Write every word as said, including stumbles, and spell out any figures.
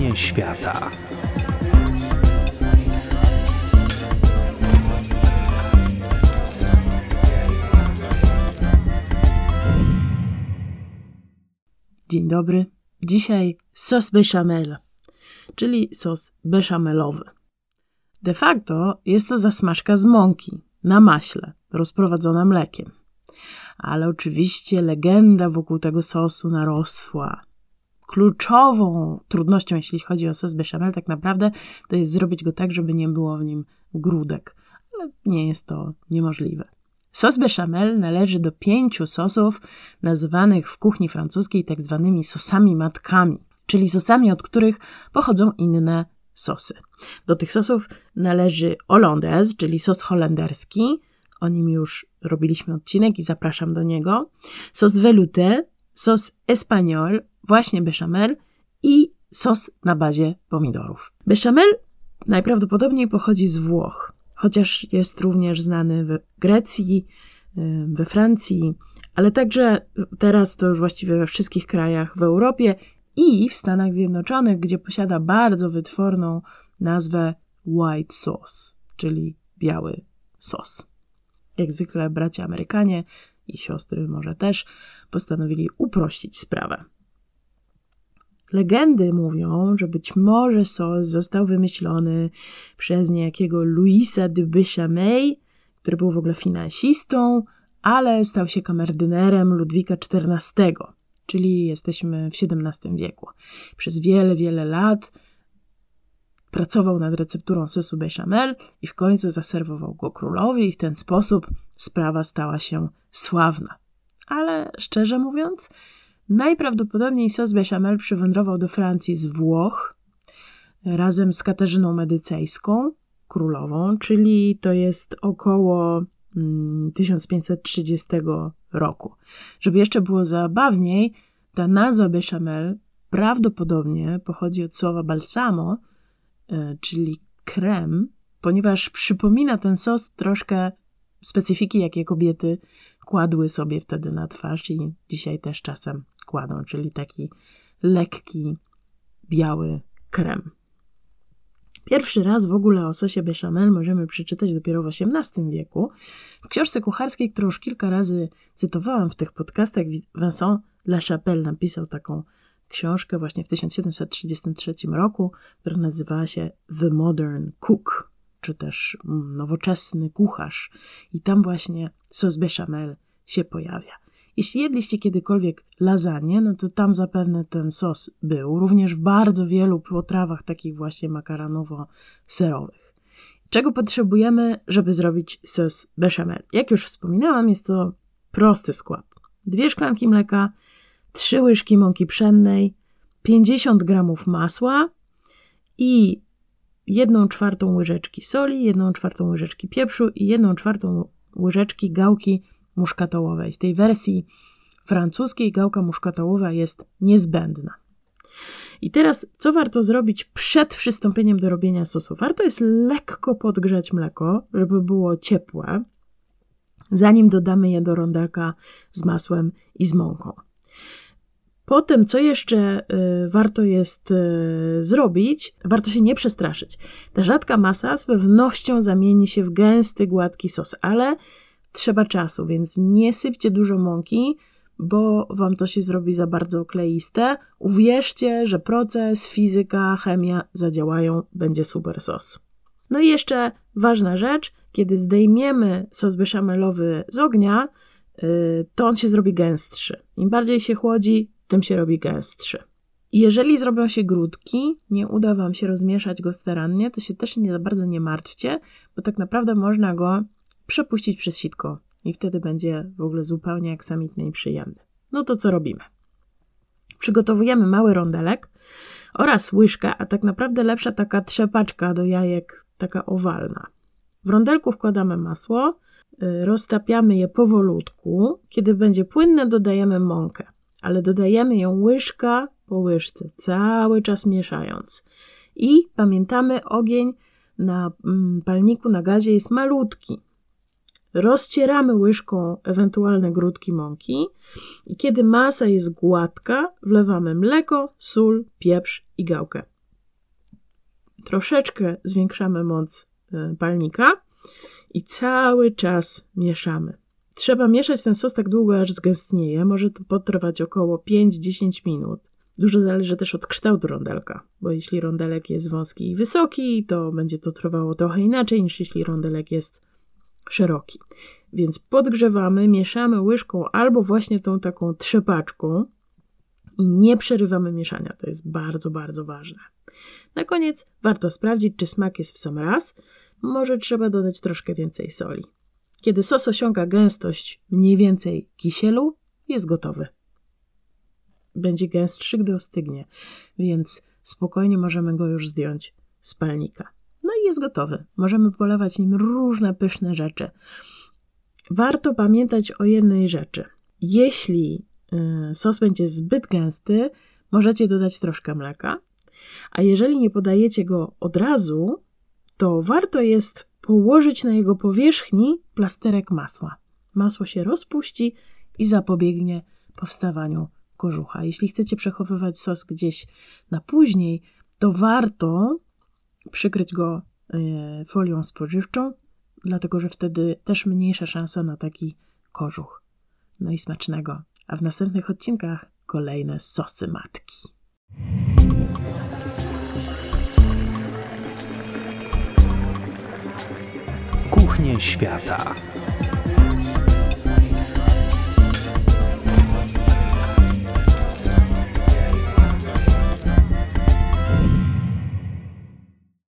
Kuchnie świata. Dzień dobry. Dzisiaj sos bechamel, czyli sos beszamelowy. De facto jest to zasmażka z mąki na maśle, rozprowadzona mlekiem. Ale oczywiście legenda wokół tego sosu narosła. Kluczową trudnością, jeśli chodzi o sos bechamel, tak naprawdę to jest zrobić go tak, żeby nie było w nim grudek. Ale nie jest to niemożliwe. Sos bechamel należy do pięciu sosów nazywanych w kuchni francuskiej tak zwanymi sosami matkami, czyli sosami, od których pochodzą inne sosy. Do tych sosów należy hollandaise, czyli sos holenderski. O nim już robiliśmy odcinek i zapraszam do niego. Sos velouté, sos espagnol, właśnie bechamel i sos na bazie pomidorów. Bechamel najprawdopodobniej pochodzi z Włoch, chociaż jest również znany w Grecji, we Francji, ale także teraz to już właściwie we wszystkich krajach w Europie i w Stanach Zjednoczonych, gdzie posiada bardzo wytworną nazwę white sauce, czyli biały sos. Jak zwykle bracia Amerykanie i siostry może też postanowili uprościć sprawę. Legendy mówią, że być może sos został wymyślony przez niejakiego Louisa de Bechamel, który był w ogóle finansistą, ale stał się kamerdynerem Ludwika czternastego, czyli jesteśmy w siedemnastym wieku. Przez wiele, wiele lat pracował nad recepturą sosu bechamel i w końcu zaserwował go królowi i w ten sposób sprawa stała się sławna. Ale szczerze mówiąc, najprawdopodobniej sos bechamel przywędrował do Francji z Włoch razem z Katarzyną Medycejską, królową, czyli to jest około mm, tysiąc pięćset trzydziestego roku. Żeby jeszcze było zabawniej, ta nazwa bechamel prawdopodobnie pochodzi od słowa balsamo, y, czyli krem, ponieważ przypomina ten sos troszkę specyfiki, jakie kobiety kładły sobie wtedy na twarz i dzisiaj też czasem kładą, czyli taki lekki, biały krem. Pierwszy raz w ogóle o sosie bechamel możemy przeczytać dopiero w osiemnastym wieku. W książce kucharskiej, którą już kilka razy cytowałam w tych podcastach, Vincent Lachapelle napisał taką książkę właśnie w tysiąc siedemset trzydziestym trzecim roku, która nazywała się The Modern Cook, czy też nowoczesny kucharz. I tam właśnie sos bechamel się pojawia. Jeśli jedliście kiedykolwiek lasagne, no to tam zapewne ten sos był. Również w bardzo wielu potrawach takich właśnie makaronowo-serowych. Czego potrzebujemy, żeby zrobić sos bechamel? Jak już wspominałam, jest to prosty skład. Dwie szklanki mleka, trzy łyżki mąki pszennej, pięćdziesiąt gramów masła i jedną czwartą łyżeczki soli, jedną czwartą łyżeczki pieprzu i jedną czwartą łyżeczki gałki muszkatołowej. W tej wersji francuskiej gałka muszkatołowa jest niezbędna. I teraz, co warto zrobić przed przystąpieniem do robienia sosu? Warto jest lekko podgrzać mleko, żeby było ciepłe, zanim dodamy je do rondelka z masłem i z mąką. Potem, co jeszcze y, warto jest y, zrobić, warto się nie przestraszyć. Ta rzadka masa z pewnością zamieni się w gęsty, gładki sos, ale trzeba czasu, więc nie sypcie dużo mąki, bo wam to się zrobi za bardzo kleiste. Uwierzcie, że proces, fizyka, chemia zadziałają, będzie super sos. No i jeszcze ważna rzecz, kiedy zdejmiemy sos beszamelowy z ognia, y, to on się zrobi gęstszy. Im bardziej się chłodzi, tym się robi gęstszy. I jeżeli zrobią się grudki, nie uda wam się rozmieszać go starannie, to się też nie za bardzo nie martwcie, bo tak naprawdę można go przepuścić przez sitko i wtedy będzie w ogóle zupełnie aksamitny i przyjemny. No to co robimy? Przygotowujemy mały rondelek oraz łyżkę, a tak naprawdę lepsza taka trzepaczka do jajek, taka owalna. W rondelku wkładamy masło, roztapiamy je powolutku. Kiedy będzie płynne, dodajemy mąkę, ale dodajemy ją łyżka po łyżce, cały czas mieszając. I pamiętamy, ogień na palniku, na gazie jest malutki. Rozcieramy łyżką ewentualne grudki mąki i kiedy masa jest gładka, wlewamy mleko, sól, pieprz i gałkę. Troszeczkę zwiększamy moc palnika i cały czas mieszamy. Trzeba mieszać ten sos tak długo, aż zgęstnieje. Może to potrwać około pięć do dziesięciu minut. Dużo zależy też od kształtu rondelka, bo jeśli rondelek jest wąski i wysoki, to będzie to trwało trochę inaczej niż jeśli rondelek jest szeroki. Więc podgrzewamy, mieszamy łyżką albo właśnie tą taką trzepaczką i nie przerywamy mieszania. To jest bardzo, bardzo ważne. Na koniec warto sprawdzić, czy smak jest w sam raz. Może trzeba dodać troszkę więcej soli. Kiedy sos osiąga gęstość mniej więcej kisielu, jest gotowy. Będzie gęstszy, gdy ostygnie, więc spokojnie możemy go już zdjąć z palnika. No i jest gotowy. Możemy polewać nim różne pyszne rzeczy. Warto pamiętać o jednej rzeczy. Jeśli y, sos będzie zbyt gęsty, możecie dodać troszkę mleka, a jeżeli nie podajecie go od razu, to warto jest położyć na jego powierzchni plasterek masła. Masło się rozpuści i zapobiegnie powstawaniu kożucha. Jeśli chcecie przechowywać sos gdzieś na później, to warto przykryć go folią spożywczą, dlatego że wtedy też mniejsza szansa na taki kożuch. No i smacznego. A w następnych odcinkach kolejne sosy matki. Kuchnie świata.